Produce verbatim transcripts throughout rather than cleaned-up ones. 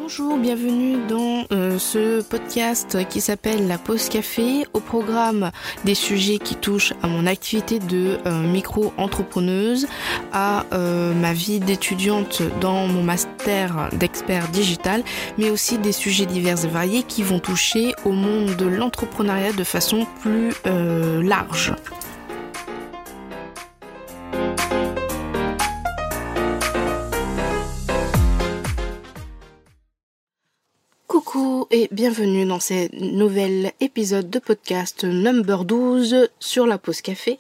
Bonjour, bienvenue dans euh, ce podcast qui s'appelle La Pause Café. Au programme, des sujets qui touchent à mon activité de euh, micro-entrepreneuse, à euh, ma vie d'étudiante dans mon master d'expert digital, mais aussi des sujets divers et variés qui vont toucher au monde de l'entrepreneuriat de façon plus euh, large. Coucou et bienvenue dans ce nouvel épisode de podcast number douze sur la pause café.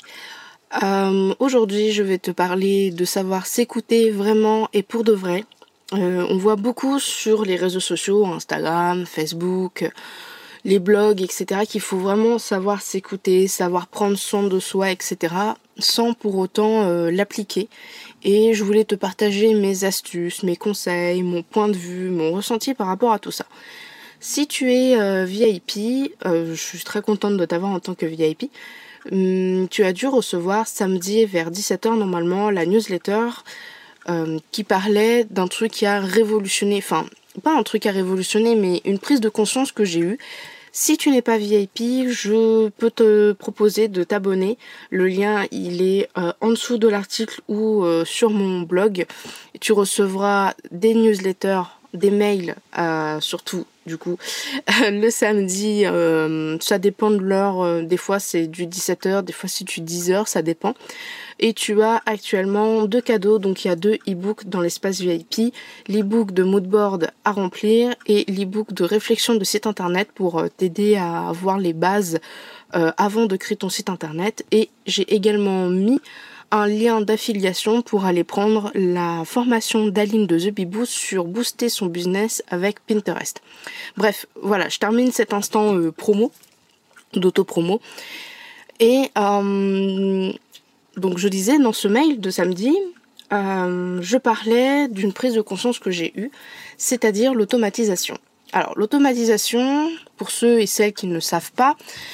Euh, aujourd'hui, je vais te parler de savoir s'écouter vraiment et pour de vrai. Euh, on voit beaucoup sur les réseaux sociaux, Instagram, Facebook, les blogs, et cetera, qu'il faut vraiment savoir s'écouter, savoir prendre soin de soi, et cetera, sans pour autant euh, l'appliquer. Et je voulais te partager mes astuces, mes conseils, mon point de vue, mon ressenti par rapport à tout ça. Si tu es euh, V I P, euh, je suis très contente de t'avoir en tant que V I P, hum, tu as dû recevoir samedi vers dix-sept heures normalement la newsletter euh, qui parlait d'un truc qui a révolutionné, enfin pas un truc à révolutionner mais une prise de conscience que j'ai eue. Si tu n'es pas V I P, je peux te proposer de t'abonner. Le lien, il est euh, en dessous de l'article ou euh, sur mon blog. Tu recevras des newsletters, des mails, euh, surtout du coup, le samedi. Euh, ça dépend de l'heure. Euh, des fois, c'est du dix-sept heures, des fois, c'est du dix heures, ça dépend. Et tu as actuellement deux cadeaux, donc il y a deux e-books dans l'espace V I P, l'e-book de moodboard à remplir et l'e-book de réflexion de site internet pour t'aider à avoir les bases euh, avant de créer ton site internet. Et j'ai également mis un lien d'affiliation pour aller prendre la formation d'Aline de The Bee Boost sur booster son business avec Pinterest. Bref, voilà, je termine cet instant euh, promo, d'auto-promo. Et... Euh, Donc je disais dans ce mail de samedi, euh, je parlais d'une prise de conscience que j'ai eue, c'est-à-dire l'automatisation. Alors l'automatisation, pour ceux et celles qui ne le savent pas,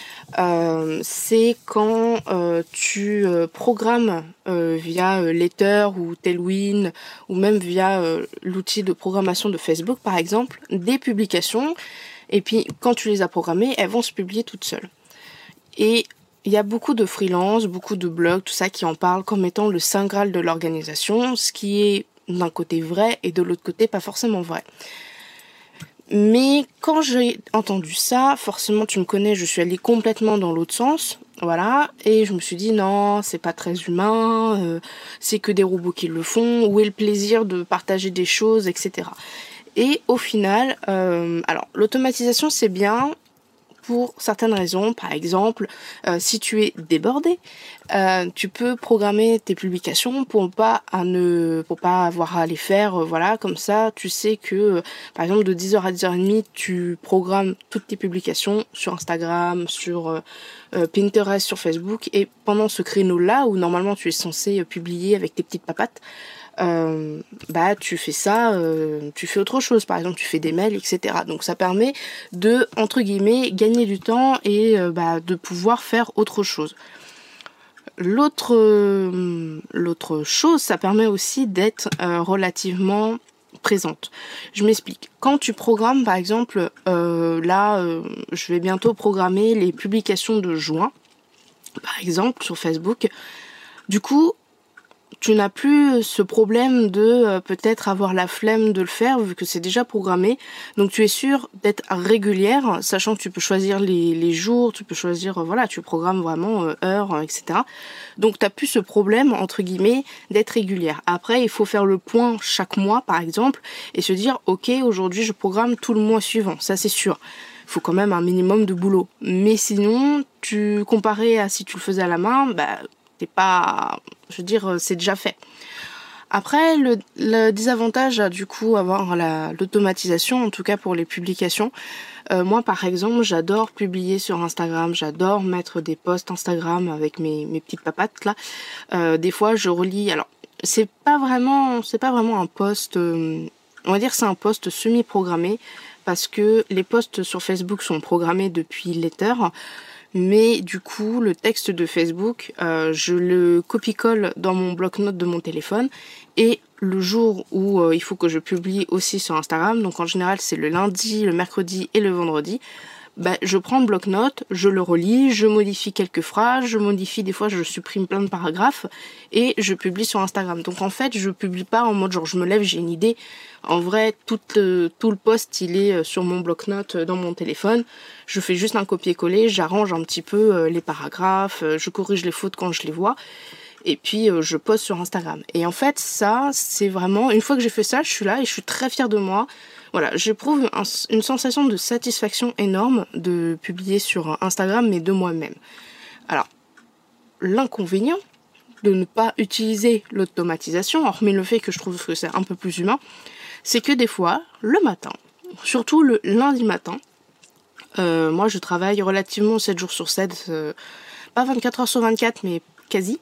euh, c'est quand euh, tu euh, programmes euh, via euh, Letter ou Tailwind ou même via euh, l'outil de programmation de Facebook par exemple, des publications et puis quand tu les as programmées, elles vont se publier toutes seules. Et il y a beaucoup de freelance, beaucoup de blogs, tout ça qui en parlent comme étant le saint graal de l'organisation, ce qui est d'un côté vrai et de l'autre côté pas forcément vrai. Mais quand j'ai entendu ça, forcément tu me connais, je suis allée complètement dans l'autre sens, voilà, et je me suis dit non, c'est pas très humain, euh, c'est que des robots qui le font, où est le plaisir de partager des choses, et cetera. Et au final, euh, alors l'automatisation c'est bien, pour certaines raisons, par exemple, euh, si tu es débordé, euh, tu peux programmer tes publications pour pas à ne, pour pas avoir à les faire, euh, voilà, comme ça, tu sais que, euh, par exemple, de dix heures à dix heures trente, tu programmes toutes tes publications sur Instagram, sur euh, euh, Pinterest, sur Facebook, et pendant ce créneau-là, où normalement tu es censé euh, publier avec tes petites papates, Euh, bah tu fais ça, euh, tu fais autre chose, par exemple tu fais des mails, et cetera. Donc ça permet de, entre guillemets, gagner du temps et euh, bah, de pouvoir faire autre chose. L'autre, euh, l'autre chose, ça permet aussi d'être euh, relativement présente. Je m'explique. Quand tu programmes, par exemple, euh, là, euh, je vais bientôt programmer les publications de juin, par exemple, sur Facebook. Du coup, tu n'as plus ce problème de euh, peut-être avoir la flemme de le faire vu que c'est déjà programmé. Donc tu es sûr d'être régulière, sachant que tu peux choisir les, les jours, tu peux choisir, euh, voilà, tu programmes vraiment euh, heures, euh, et cetera. Donc tu n'as plus ce problème, entre guillemets, d'être régulière. Après, il faut faire le point chaque mois, par exemple, et se dire, ok, aujourd'hui je programme tout le mois suivant, ça c'est sûr. Il faut quand même un minimum de boulot. Mais sinon, tu comparé à si tu le faisais à la main, bah t'es pas, je veux dire, c'est déjà fait. Après, le, le désavantage à du coup avoir la, l'automatisation, en tout cas pour les publications. Euh, moi, par exemple, j'adore publier sur Instagram, j'adore mettre des posts Instagram avec mes, mes petites papates là. Euh, des fois, je relis. Alors, c'est pas vraiment, c'est pas vraiment un post. Euh, on va dire que c'est un post semi-programmé parce que les posts sur Facebook sont programmés depuis Letter. mais du coup le texte de Facebook, euh, je le copie-colle dans mon bloc-notes de mon téléphone, et le jour où euh, il faut que je publie aussi sur Instagram, donc en général c'est le lundi, le mercredi et le vendredi, bah, je prends le bloc-notes, je le relis, je modifie quelques phrases, je modifie des fois, je supprime plein de paragraphes et je publie sur Instagram. Donc en fait, je publie pas en mode genre je me lève, j'ai une idée. En vrai, tout, euh, tout le post, il est sur mon bloc-notes dans mon téléphone. Je fais juste un copier-coller, j'arrange un petit peu euh, les paragraphes, euh, je corrige les fautes quand je les vois. Et puis euh, je poste sur Instagram. Et en fait, ça, c'est vraiment... Une fois que j'ai fait ça, je suis là et je suis très fière de moi. Voilà, j'éprouve un, une sensation de satisfaction énorme de publier sur Instagram, mais de moi-même. Alors, l'inconvénient de ne pas utiliser l'automatisation, hormis le fait que je trouve que c'est un peu plus humain, c'est que des fois, le matin, surtout le lundi matin, euh, moi je travaille relativement sept jours sur sept, euh, pas vingt-quatre heures sur vingt-quatre, mais quasi.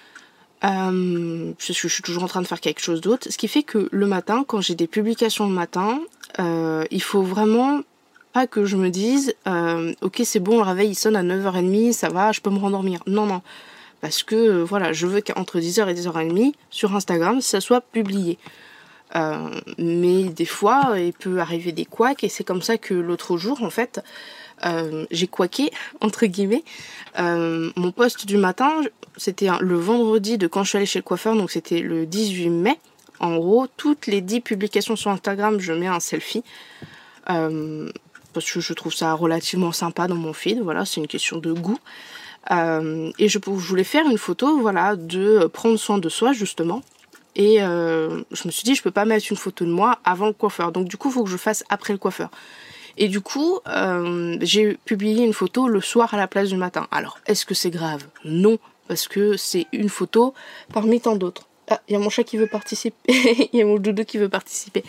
Euh, je, je suis toujours en train de faire quelque chose d'autre, ce qui fait que le matin, quand j'ai des publications le matin, euh, il faut vraiment pas que je me dise euh, ok c'est bon, le réveil il sonne à neuf heures trente, ça va, je peux me rendormir. Non, non, parce que euh, voilà, je veux qu'entre dix heures et dix heures trente sur Instagram ça soit publié. Euh, mais des fois il peut arriver des couacs, et c'est comme ça que l'autre jour en fait Euh, j'ai couaqué, entre guillemets. Euh, mon post du matin, c'était le vendredi de quand je suis allée chez le coiffeur, donc c'était le dix-huit mai. En gros, toutes les dix publications sur Instagram, je mets un selfie. Euh, parce que je trouve ça relativement sympa dans mon feed, voilà, c'est une question de goût. Euh, et je, je voulais faire une photo, voilà, de prendre soin de soi, justement. Et euh, je me suis dit, je peux pas mettre une photo de moi avant le coiffeur. Donc du coup, il faut que je fasse après le coiffeur. Et du coup, euh, j'ai publié une photo le soir à la place du matin. Alors, est-ce que c'est grave ? Non, parce que c'est une photo parmi tant d'autres. Ah, il y a mon chat qui veut participer. Il y a mon doudou qui veut participer.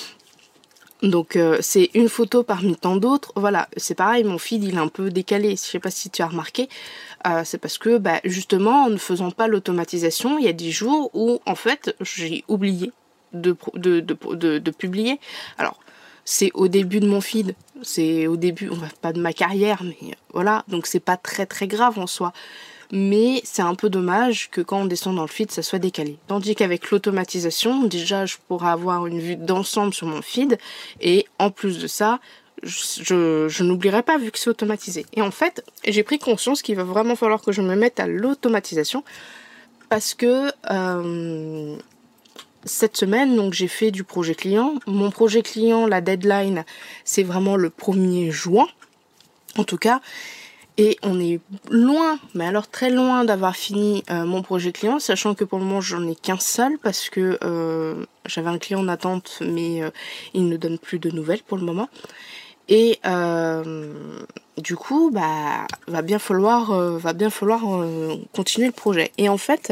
Donc, euh, c'est une photo parmi tant d'autres. Voilà, c'est pareil, mon feed, il est un peu décalé. Je sais pas si tu as remarqué. Euh, c'est parce que, bah, justement, en ne faisant pas l'automatisation, il y a des jours où, en fait, j'ai oublié de, de, de, de, de publier. Alors, c'est au début de mon feed, c'est au début, on va pas de ma carrière, mais voilà, donc c'est pas très très grave en soi. Mais c'est un peu dommage que quand on descend dans le feed, ça soit décalé. Tandis qu'avec l'automatisation, déjà, je pourrais avoir une vue d'ensemble sur mon feed, et en plus de ça, je, je, je n'oublierai pas vu que c'est automatisé. Et en fait, j'ai pris conscience qu'il va vraiment falloir que je me mette à l'automatisation, parce que... Euh, cette semaine, donc j'ai fait du projet client. Mon projet client, la deadline, c'est vraiment le premier juin, en tout cas. Et on est loin, mais alors très loin d'avoir fini euh, mon projet client, sachant que pour le moment, j'en ai qu'un seul, parce que euh, j'avais un client en attente, mais euh, il ne donne plus de nouvelles pour le moment. Et euh, du coup, bah, va bien falloir, euh, va bien falloir euh, continuer le projet. Et en fait,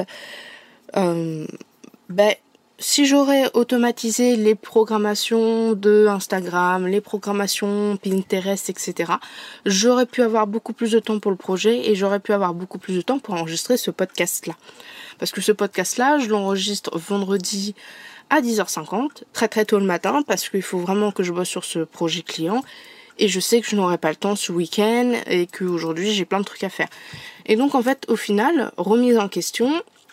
euh, bah, si j'aurais automatisé les programmations de Instagram, les programmations Pinterest, et cetera, j'aurais pu avoir beaucoup plus de temps pour le projet, et j'aurais pu avoir beaucoup plus de temps pour enregistrer ce podcast-là. Parce que ce podcast-là, je l'enregistre vendredi à dix heures cinquante, très très tôt le matin, parce qu'il faut vraiment que je bosse sur ce projet client. Et je sais que je n'aurai pas le temps ce week-end, et qu'aujourd'hui j'ai plein de trucs à faire. Et donc en fait, au final, remise en question...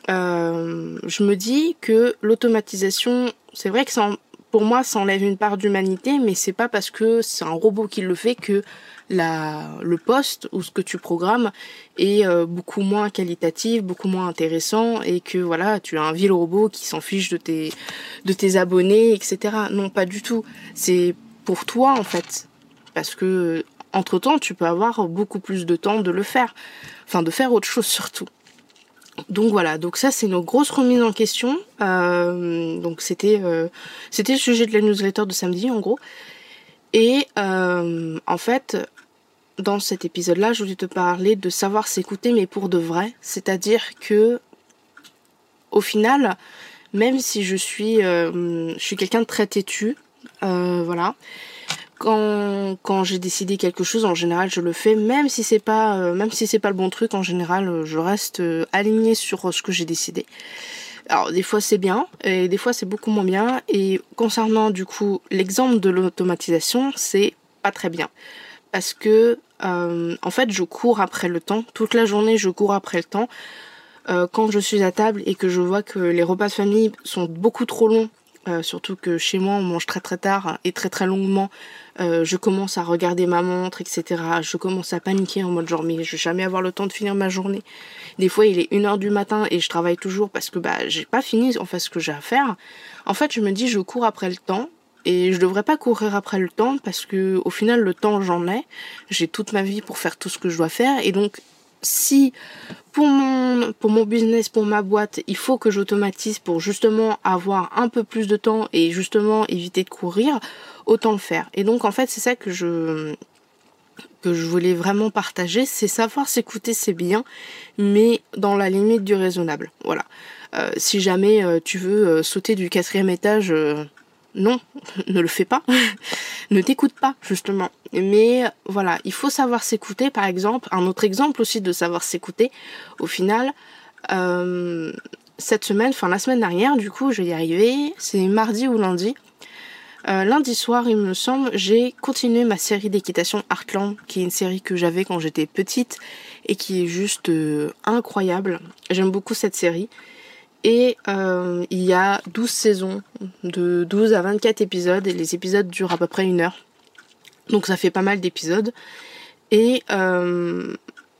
Euh, je me dis que l'automatisation, c'est vrai que ça en, pour moi ça enlève une part d'humanité, mais c'est pas parce que c'est un robot qui le fait que la, le post ou ce que tu programmes est euh, beaucoup moins qualitatif, beaucoup moins intéressant, et que voilà, tu as un vil robot qui s'en fiche de tes, de tes abonnés, et cetera. Non, pas du tout. C'est pour toi en fait, parce que entre temps tu peux avoir beaucoup plus de temps de le faire, enfin de faire autre chose surtout. Donc voilà, donc ça c'est une grosse remise en question. Euh, donc c'était euh, c'était le sujet de la newsletter de samedi en gros. Et euh, en fait, dans cet épisode-là, je voulais te parler de savoir s'écouter, mais pour de vrai. C'est-à-dire que, au final, même si je suis, euh, je suis quelqu'un de très têtu, euh, voilà. Quand, quand j'ai décidé quelque chose, en général, je le fais, même si c'est pas, euh, même si c'est pas le bon truc. En général, je reste euh, alignée sur euh, ce que j'ai décidé. Alors, des fois, c'est bien, et des fois, c'est beaucoup moins bien. Et concernant, du coup, l'exemple de l'automatisation, c'est pas très bien. Parce que euh, en fait, je cours après le temps. Toute la journée, je cours après le temps. Euh, quand je suis à table et que je vois que les repas de famille sont beaucoup trop longs, euh, surtout que chez moi, on mange très très tard et très très longuement, euh, je commence à regarder ma montre, et cetera. Je commence à paniquer en mode genre, mais je vais jamais avoir le temps de finir ma journée. Des fois, il est une heure du matin et je travaille toujours parce que bah j'ai pas fini en fait ce que j'ai à faire. En fait, je me dis, je cours après le temps. Et je devrais pas courir après le temps parce que au final le temps j'en ai, j'ai toute ma vie pour faire tout ce que je dois faire et donc si pour mon pour mon business, pour ma boîte, il faut que j'automatise pour justement avoir un peu plus de temps et justement éviter de courir, autant le faire. Et donc en fait, c'est ça que je que je voulais vraiment partager, c'est savoir s'écouter, c'est bien, mais dans la limite du raisonnable. Voilà. Euh, si jamais euh, tu veux euh, sauter du quatrième étage, euh, non, ne le fais pas. Ne t'écoute pas, justement. Mais voilà, il faut savoir s'écouter, par exemple. Un autre exemple aussi de savoir s'écouter, au final, euh, cette semaine, enfin la semaine dernière, du coup, je vais y arriver, c'est mardi ou lundi. Euh, lundi soir, il me semble, j'ai continué ma série d'équitation Heartland, qui est une série que j'avais quand j'étais petite et qui est juste euh, incroyable. J'aime beaucoup cette série. Et euh, il y a douze saisons, de douze à vingt-quatre épisodes, et les épisodes durent à peu près une heure. Donc ça fait pas mal d'épisodes. Et euh,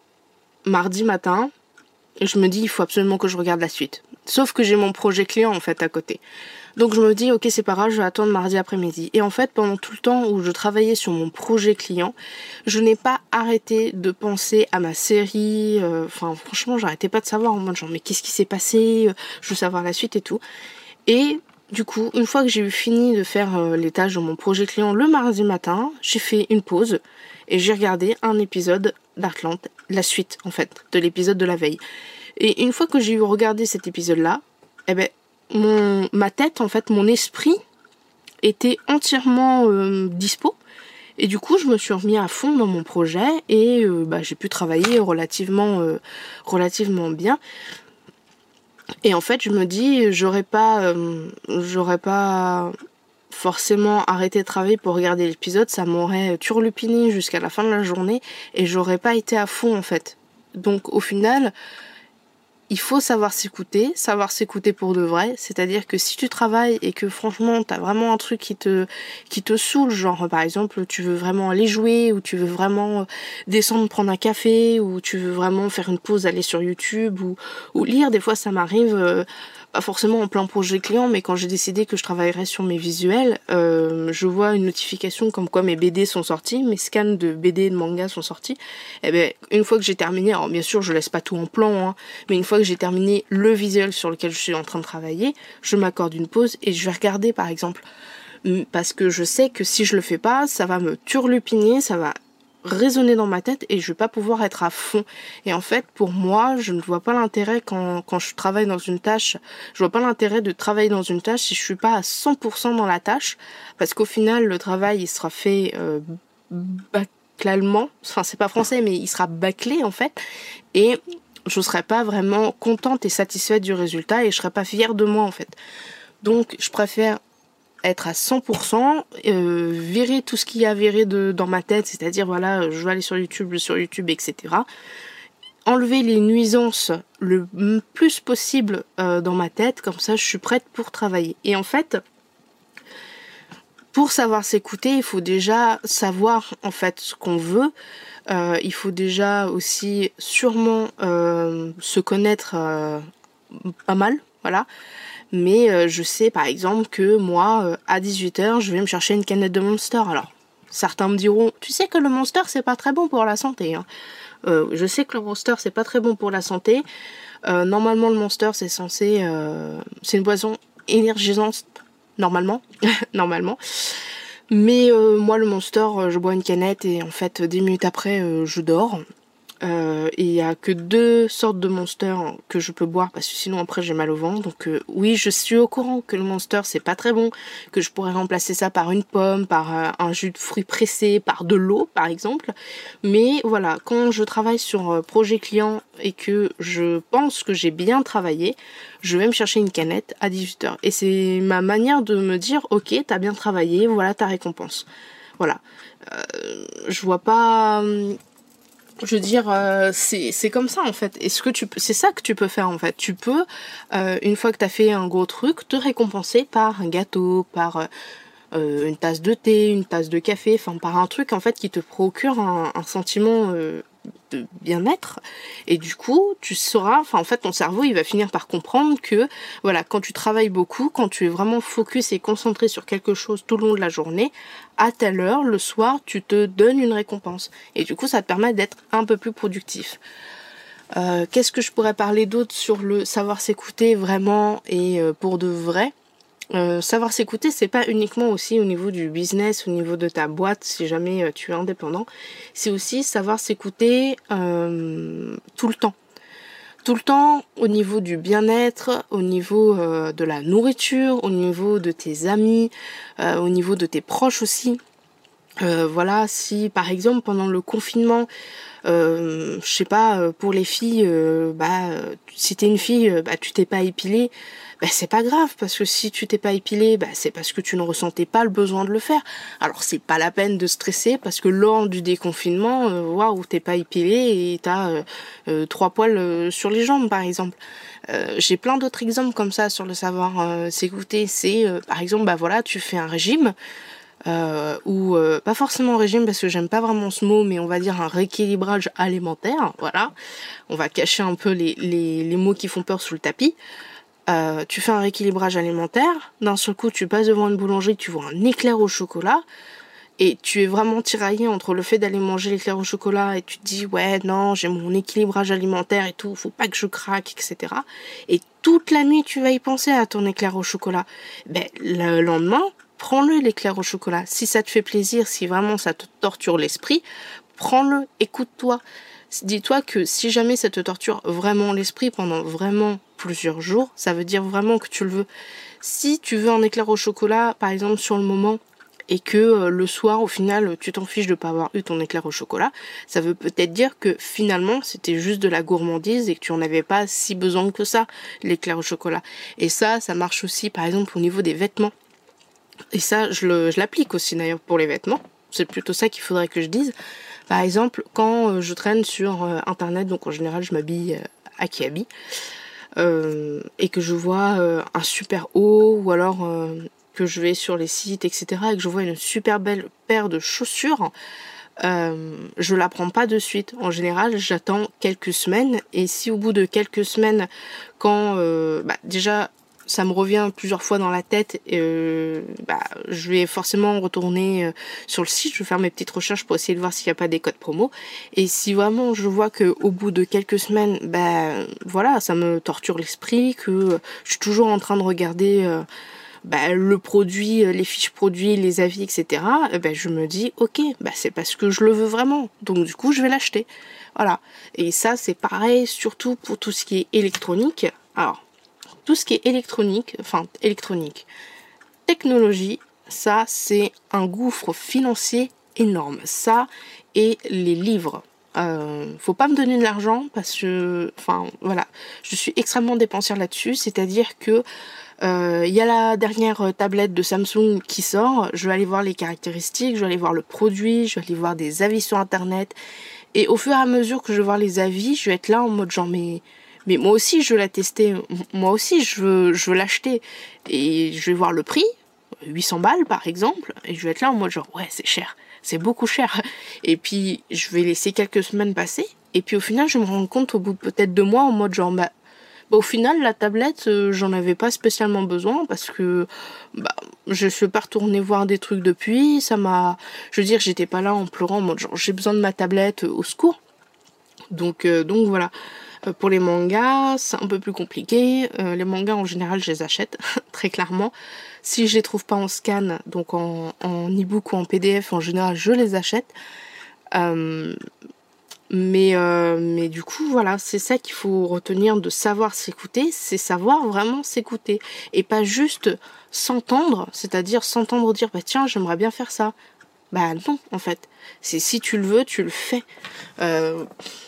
mardi matin, je me dis il faut absolument que je regarde la suite. Sauf que j'ai mon projet client en fait à côté. Donc je me dis ok c'est pas grave, je vais attendre mardi après-midi. Et en fait pendant tout le temps où je travaillais sur mon projet client, je n'ai pas arrêté de penser à ma série. Enfin euh, franchement j'arrêtais pas de savoir en mode genre mais qu'est-ce qui s'est passé, je veux savoir la suite et tout. Et du coup une fois que j'ai eu fini de faire euh, les tâches de mon projet client le mardi matin, j'ai fait une pause et j'ai regardé un épisode d'Heartland, la suite en fait de l'épisode de la veille. Et une fois que j'ai eu regardé cet épisode là, eh ben Mon, ma tête, en fait, mon esprit était entièrement euh, dispo. Et du coup, je me suis remis à fond dans mon projet et euh, bah, j'ai pu travailler relativement, euh, relativement bien. Et en fait, je me dis, j'aurais pas, euh, j'aurais pas forcément arrêté de travailler pour regarder l'épisode. Ça m'aurait turlupiné jusqu'à la fin de la journée et j'aurais pas été à fond, en fait. Donc, au final, il faut savoir s'écouter, savoir s'écouter pour de vrai, c'est-à-dire que si tu travailles et que franchement t'as vraiment un truc qui te qui te saoule, genre par exemple tu veux vraiment aller jouer ou tu veux vraiment descendre prendre un café ou tu veux vraiment faire une pause, aller sur YouTube ou, ou lire, des fois ça m'arrive, euh, pas forcément en plein projet client, mais quand j'ai décidé que je travaillerais sur mes visuels, euh, je vois une notification comme quoi mes B D sont sortis, mes scans de B D et de manga sont sortis. Et ben une fois que j'ai terminé, alors bien sûr je laisse pas tout en plan, hein, mais une fois que j'ai terminé le visuel sur lequel je suis en train de travailler, je m'accorde une pause et je vais regarder par exemple, parce que je sais que si je le fais pas, ça va me turlupiner, ça va résonner dans ma tête et je vais pas pouvoir être à fond. Et en fait, pour moi, je ne vois pas l'intérêt quand, quand je travaille dans une tâche, je vois pas l'intérêt de travailler dans une tâche si je suis pas à cent pour cent dans la tâche, parce qu'au final, le travail, il sera fait euh, bâclalement, enfin c'est pas français, mais il sera bâclé en fait, et je serais pas vraiment contente et satisfaite du résultat et je serais pas fière de moi en fait. Donc, je préfère être à cent pour cent, euh, virer tout ce qu'il y a à virer de, dans ma tête, c'est-à-dire voilà, je vais aller sur YouTube, sur YouTube, et cetera. Enlever les nuisances le plus possible euh, dans ma tête, comme ça je suis prête pour travailler. Et en fait, pour savoir s'écouter, il faut déjà savoir en fait ce qu'on veut. Euh, il faut déjà aussi sûrement euh, se connaître euh, pas mal, voilà. Mais euh, je sais par exemple que moi, euh, à dix-huit heures, je vais me chercher une canette de Monster. Alors, certains me diront, tu sais que le Monster, c'est pas très bon pour la santé. Hein. Euh, je sais que le Monster, c'est pas très bon pour la santé. Euh, normalement, le Monster, c'est censé... Euh, c'est une boisson énergisante, normalement. normalement. Mais euh, moi, le Monster, je bois une canette et en fait, dix minutes après, euh, je dors. Euh, et il y a que deux sortes de Monster que je peux boire parce que sinon après j'ai mal au ventre. Donc euh, oui, je suis au courant que le Monster c'est pas très bon, que je pourrais remplacer ça par une pomme, par euh, un jus de fruits pressé, par de l'eau par exemple. Mais voilà, quand je travaille sur euh, projet client et que je pense que j'ai bien travaillé, je vais me chercher une canette à dix-huit heures. Et c'est ma manière de me dire ok, t'as bien travaillé, voilà ta récompense. Voilà. Euh, je vois pas... Je veux dire, euh, c'est c'est comme ça en fait. Est-ce que tu peux, c'est ça que tu peux faire en fait. Tu peux, euh, une fois que t'as fait un gros truc, te récompenser par un gâteau, par euh, euh, une tasse de thé, une tasse de café, enfin par un truc en fait qui te procure un, un sentiment euh, de bien-être. Et du coup, tu sauras, enfin en fait ton cerveau il va finir par comprendre que voilà, quand tu travailles beaucoup, quand tu es vraiment focus et concentré sur quelque chose tout le long de la journée, à telle heure, le soir, tu te donnes une récompense. Et du coup, ça te permet d'être un peu plus productif. Euh, qu'est-ce que je pourrais parler d'autre sur le savoir s'écouter vraiment et euh, pour de vrai? Euh, savoir s'écouter, c'est pas uniquement aussi au niveau du business, au niveau de ta boîte, si jamais euh, tu es indépendant. C'est aussi savoir s'écouter euh, tout le temps. Tout le temps au niveau du bien-être, au niveau euh, de la nourriture, au niveau de tes amis, euh, au niveau de tes proches aussi. Euh, voilà, si par exemple pendant le confinement, euh, je sais pas, euh, pour les filles, euh, bah, euh, si t'es une fille, euh, bah, tu t'es pas épilée, bah, c'est pas grave, parce que si tu t'es pas épilée, bah, c'est parce que tu ne ressentais pas le besoin de le faire. Alors c'est pas la peine de stresser, parce que lors du déconfinement, euh, waouh, t'es pas épilée et t'as euh, euh, trois poils euh, sur les jambes, par exemple. Euh, j'ai plein d'autres exemples comme ça sur le savoir euh, s'écouter. C'est, euh, par exemple, bah voilà, tu fais un régime, euh, ou euh, pas forcément régime parce que j'aime pas vraiment ce mot, mais on va dire un rééquilibrage alimentaire, voilà. On va cacher un peu les, les, les mots qui font peur sous le tapis. Euh, tu fais un rééquilibrage alimentaire, d'un seul coup tu passes devant une boulangerie, tu vois un éclair au chocolat, et tu es vraiment tiraillé entre le fait d'aller manger l'éclair au chocolat et tu te dis ouais non j'ai mon équilibrage alimentaire et tout, faut pas que je craque, et cetera. Et toute la nuit tu vas y penser à ton éclair au chocolat. Ben le lendemain, prends-le l'éclair au chocolat. Si ça te fait plaisir, si vraiment ça te torture l'esprit, prends-le, écoute-toi. Dis-toi que si jamais ça te torture vraiment l'esprit pendant vraiment plusieurs jours, ça veut dire vraiment que tu le veux. Si tu veux un éclair au chocolat, par exemple sur le moment, et que euh, le soir, au final, tu t'en fiches de pas avoir eu ton éclair au chocolat, ça veut peut-être dire que finalement, c'était juste de la gourmandise et que tu en avais pas si besoin que ça, l'éclair au chocolat. Et ça, ça marche aussi, par exemple, au niveau des vêtements. Et ça, je, le, je l'applique aussi d'ailleurs pour les vêtements. C'est plutôt ça qu'il faudrait que je dise. Par exemple, quand euh, je traîne sur euh, Internet, donc en général, je m'habille euh, à Kiabi, euh, et que je vois euh, un super haut, ou alors euh, que je vais sur les sites, et cetera, et que je vois une super belle paire de chaussures, euh, je la prends pas de suite. En général, j'attends quelques semaines, et si au bout de quelques semaines, quand euh, bah, déjà ça me revient plusieurs fois dans la tête, et, euh, bah, je vais forcément retourner euh, sur le site, je vais faire mes petites recherches pour essayer de voir s'il n'y a pas des codes promo. Et si vraiment je vois que au bout de quelques semaines, bah voilà, ça me torture l'esprit, que je suis toujours en train de regarder euh, bah, le produit, les fiches produits, les avis, et cetera. Bah, je me dis ok, bah c'est parce que je le veux vraiment, donc du coup je vais l'acheter. Voilà. Et ça c'est pareil, surtout pour tout ce qui est électronique. Alors tout ce qui est électronique, enfin électronique, technologie, ça c'est un gouffre financier énorme. Ça et les livres. Euh, faut pas me donner de l'argent parce que, enfin voilà, je suis extrêmement dépensière là-dessus. C'est-à-dire que il euh, y a la dernière tablette de Samsung qui sort. Je vais aller voir les caractéristiques, je vais aller voir le produit, je vais aller voir des avis sur internet. Et au fur et à mesure que je vais voir les avis, je vais être là en mode genre mais mais moi aussi je veux la tester, moi aussi je veux, je veux l'acheter. Et je vais voir le prix, huit cents balles par exemple, et je vais être là en mode genre ouais c'est cher, c'est beaucoup cher. Et puis je vais laisser quelques semaines passer, et puis au final je me rends compte au bout de peut-être deux mois en mode genre bah, bah au final la tablette euh, j'en avais pas spécialement besoin parce que bah je suis pas retournée voir des trucs depuis, ça m'a, je veux dire j'étais pas là en pleurant en mode genre j'ai besoin de ma tablette, euh, au secours. Donc euh, donc voilà. Pour les mangas, c'est un peu plus compliqué. Euh, les mangas, en général, je les achète, très clairement. Si je les trouve pas en scan, donc en, en e-book ou en P D F, en général, je les achète. Euh, mais, euh, mais du coup, voilà, c'est ça qu'il faut retenir de savoir s'écouter, c'est savoir vraiment s'écouter. Et pas juste s'entendre, c'est-à-dire s'entendre dire, bah tiens, j'aimerais bien faire ça. Bah non, en fait. C'est si tu le veux, tu le fais. Euh...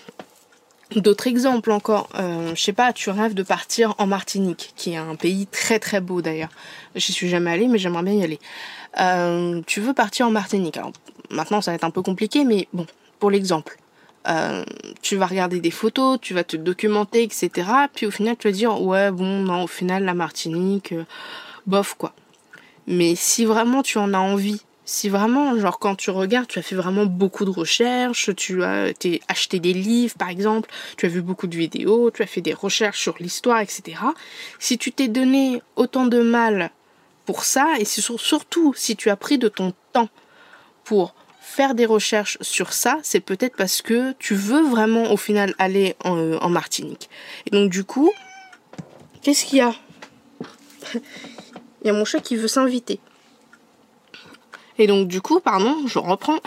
D'autres exemples encore, euh, je sais pas, tu rêves de partir en Martinique, qui est un pays très très beau d'ailleurs. J'y suis jamais allée, mais j'aimerais bien y aller. Euh, tu veux partir en Martinique. Alors maintenant, ça va être un peu compliqué, mais bon, pour l'exemple. euh, tu vas regarder des photos, tu vas te documenter, et cetera. Puis au final, tu vas dire, ouais, bon, non, au final, la Martinique, euh, bof, quoi. Mais si vraiment tu en as envie, si vraiment, genre quand tu regardes, tu as fait vraiment beaucoup de recherches, tu as t'es acheté des livres par exemple, tu as vu beaucoup de vidéos, tu as fait des recherches sur l'histoire, et cetera. Si tu t'es donné autant de mal pour ça, et surtout si tu as pris de ton temps pour faire des recherches sur ça, c'est peut-être parce que tu veux vraiment au final aller en, euh, en Martinique. Et donc du coup, qu'est-ce qu'il y a ? Il y a mon chat qui veut s'inviter. Et donc du coup, pardon, je reprends.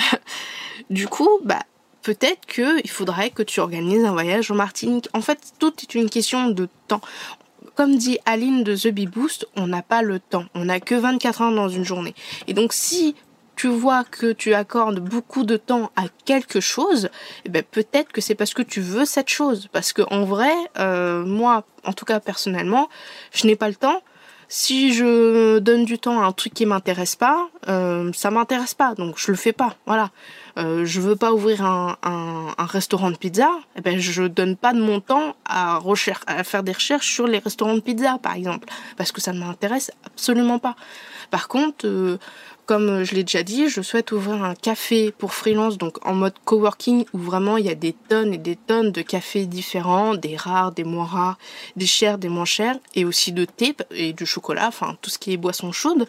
Du coup, bah peut-être qu'il faudrait que tu organises un voyage en Martinique. En fait, tout est une question de temps. Comme dit Aline de The Bee Boost, on n'a pas le temps. On n'a que vingt-quatre heures dans une journée. Et donc si tu vois que tu accordes beaucoup de temps à quelque chose, eh ben peut-être que c'est parce que tu veux cette chose. Parce que en vrai, euh, moi, en tout cas personnellement, je n'ai pas le temps. Si je donne du temps à un truc qui m'intéresse pas, euh, ça m'intéresse pas, donc je le fais pas. Voilà. Euh, je veux pas ouvrir un, un, un restaurant de pizza, eh ben je donne pas de mon temps à, recherche, à faire des recherches sur les restaurants de pizza, par exemple, parce que ça ne m'intéresse absolument pas. Par contre, euh, comme je l'ai déjà dit, je souhaite ouvrir un café pour freelance, donc en mode coworking, où vraiment il y a des tonnes et des tonnes de cafés différents, des rares, des moins rares, des chers, des moins chers, et aussi de thé et du chocolat, enfin tout ce qui est boisson chaude.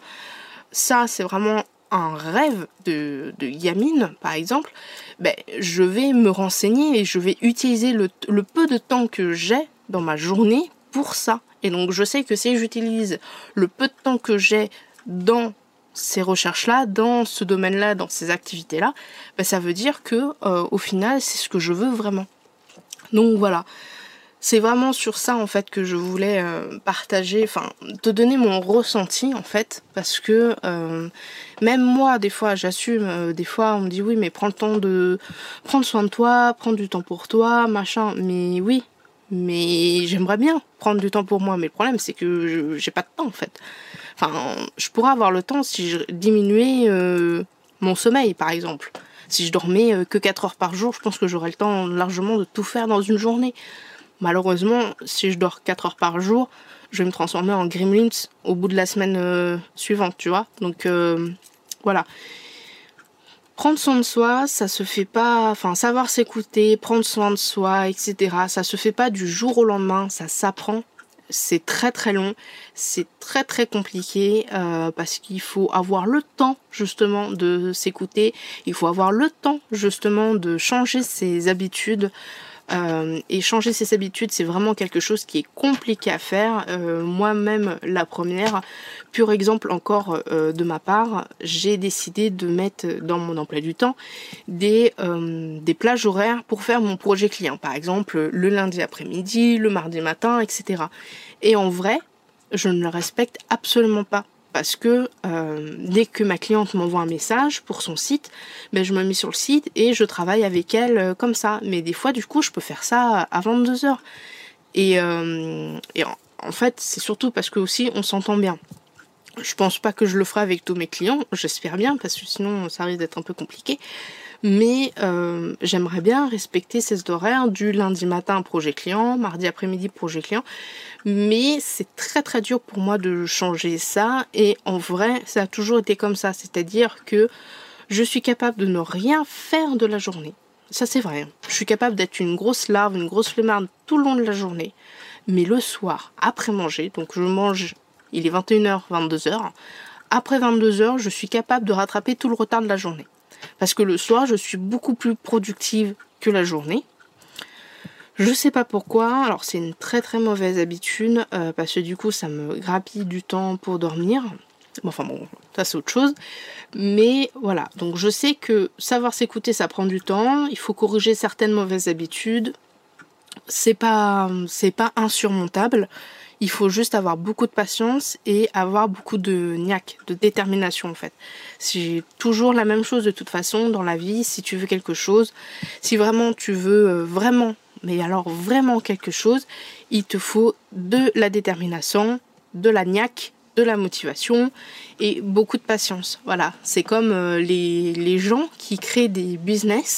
Ça, c'est vraiment un rêve de, de Yamine, par exemple. Ben, je vais me renseigner et je vais utiliser le, le peu de temps que j'ai dans ma journée pour ça. Et donc, je sais que si j'utilise le peu de temps que j'ai dans ces recherches-là, dans ce domaine-là, dans ces activités-là, ben, ça veut dire que euh, au final, c'est ce que je veux vraiment. Donc voilà. C'est vraiment sur ça en fait que je voulais euh, partager, enfin te donner mon ressenti en fait, parce que euh, même moi des fois j'assume, euh, des fois on me dit oui mais prends le temps de prendre soin de toi, prendre du temps pour toi, machin, mais oui, mais j'aimerais bien prendre du temps pour moi, mais le problème c'est que je, j'ai pas de temps en fait. Enfin, je pourrais avoir le temps si je diminuais euh, mon sommeil par exemple. Si je dormais euh, que quatre heures par jour, je pense que j'aurais le temps largement de tout faire dans une journée. Malheureusement, si je dors quatre heures par jour, je vais me transformer en gremlins au bout de la semaine euh, suivante, tu vois. Donc euh, voilà. Prendre soin de soi, ça se fait pas, enfin savoir s'écouter, prendre soin de soi, et cetera. Ça se fait pas du jour au lendemain, ça s'apprend. C'est très très long, c'est très très compliqué euh, parce qu'il faut avoir le temps justement de s'écouter, il faut avoir le temps justement de changer ses habitudes. Euh, et changer ses habitudes, c'est vraiment quelque chose qui est compliqué à faire. Euh, moi-même, la première, pur exemple encore euh, de ma part, j'ai décidé de mettre dans mon emploi du temps des, euh, des plages horaires pour faire mon projet client. Par exemple, le lundi après-midi, le mardi matin, et cetera. Et en vrai, je ne le respecte absolument pas. Parce que euh, dès que ma cliente m'envoie un message pour son site, ben je me mets sur le site et je travaille avec elle euh, comme ça. Mais des fois, du coup, je peux faire ça à vingt-deux heures. Et, euh, et en, en fait, c'est surtout parce que aussi, on s'entend bien. Je pense pas que je le ferai avec tous mes clients, j'espère bien, parce que sinon, ça risque d'être un peu compliqué. Mais euh, j'aimerais bien respecter ces horaires du lundi matin projet client, mardi après-midi projet client. Mais c'est très très dur pour moi de changer ça. Et en vrai, ça a toujours été comme ça. C'est-à-dire que je suis capable de ne rien faire de la journée. Ça c'est vrai. Je suis capable d'être une grosse larve, une grosse flemmarde tout le long de la journée. Mais le soir, après manger, donc je mange, il est vingt et une heures, vingt-deux heures. Après vingt-deux heures, je suis capable de rattraper tout le retard de la journée. Parce que le soir, je suis beaucoup plus productive que la journée. Je sais pas pourquoi, alors c'est une très très mauvaise habitude, euh, parce que du coup ça me grappille du temps pour dormir. Enfin bon, ça c'est autre chose. Mais voilà, donc je sais que savoir s'écouter ça prend du temps, il faut corriger certaines mauvaises habitudes. C'est pas, c'est pas insurmontable. Il faut juste avoir beaucoup de patience et avoir beaucoup de niaque, de détermination en fait. C'est toujours la même chose de toute façon dans la vie. Si tu veux quelque chose, si vraiment tu veux euh, vraiment, mais alors vraiment quelque chose, il te faut de la détermination, de la niaque, de la motivation et beaucoup de patience. Voilà, c'est comme euh, les, les gens qui créent des business.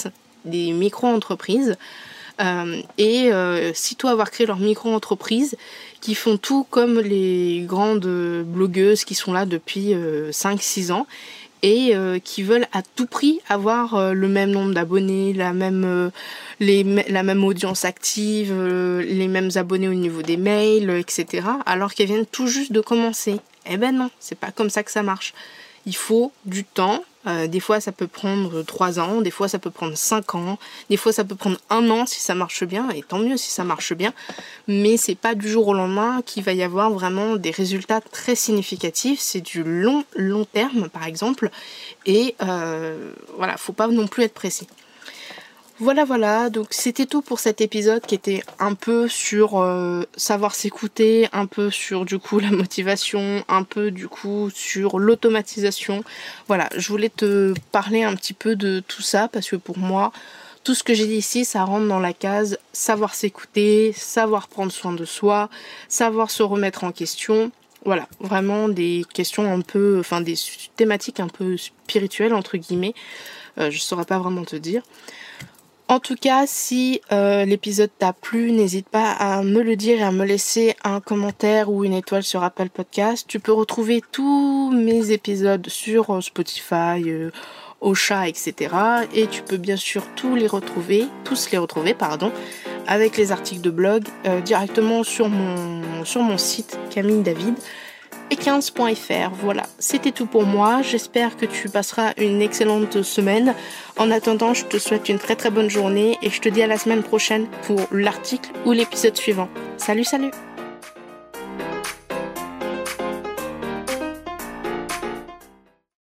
des micro-entreprises. Euh, et euh, sitôt avoir créé leur micro-entreprise, qui font tout comme les grandes blogueuses qui sont là depuis euh, cinq six ans et euh, qui veulent à tout prix avoir euh, le même nombre d'abonnés, la même, euh, les, la même audience active, euh, les mêmes abonnés au niveau des mails, et cetera. Alors qu'elles viennent tout juste de commencer. Eh ben non, c'est pas comme ça que ça marche. Il faut du temps. Euh, des fois, ça peut prendre trois ans, des fois, ça peut prendre cinq ans, des fois, ça peut prendre un an si ça marche bien, et tant mieux si ça marche bien. Mais c'est pas du jour au lendemain qu'il va y avoir vraiment des résultats très significatifs. C'est du long, long terme, par exemple. Et euh, voilà, faut pas non plus être pressé. Voilà, voilà, donc c'était tout pour cet épisode qui était un peu sur euh, savoir s'écouter, un peu sur du coup la motivation, un peu du coup sur l'automatisation. Voilà, je voulais te parler un petit peu de tout ça parce que pour moi, tout ce que j'ai dit ici, ça rentre dans la case savoir s'écouter, savoir prendre soin de soi, savoir se remettre en question. Voilà, vraiment des questions un peu, enfin des thématiques un peu spirituelles entre guillemets. Euh, je saurais pas vraiment te dire. En tout cas, si euh, l'épisode t'a plu, n'hésite pas à me le dire et à me laisser un commentaire ou une étoile sur Apple Podcast. Tu peux retrouver tous mes épisodes sur Spotify, euh, Ocha, et cetera. Et tu peux bien sûr tous les retrouver, tous les retrouver, pardon, avec les articles de blog euh, directement sur mon, sur mon site Camille David. et quinze point f r. Voilà, c'était tout pour moi. J'espère que tu passeras une excellente semaine. En attendant, je te souhaite une très très bonne journée et je te dis à la semaine prochaine pour l'article ou l'épisode suivant. Salut, salut!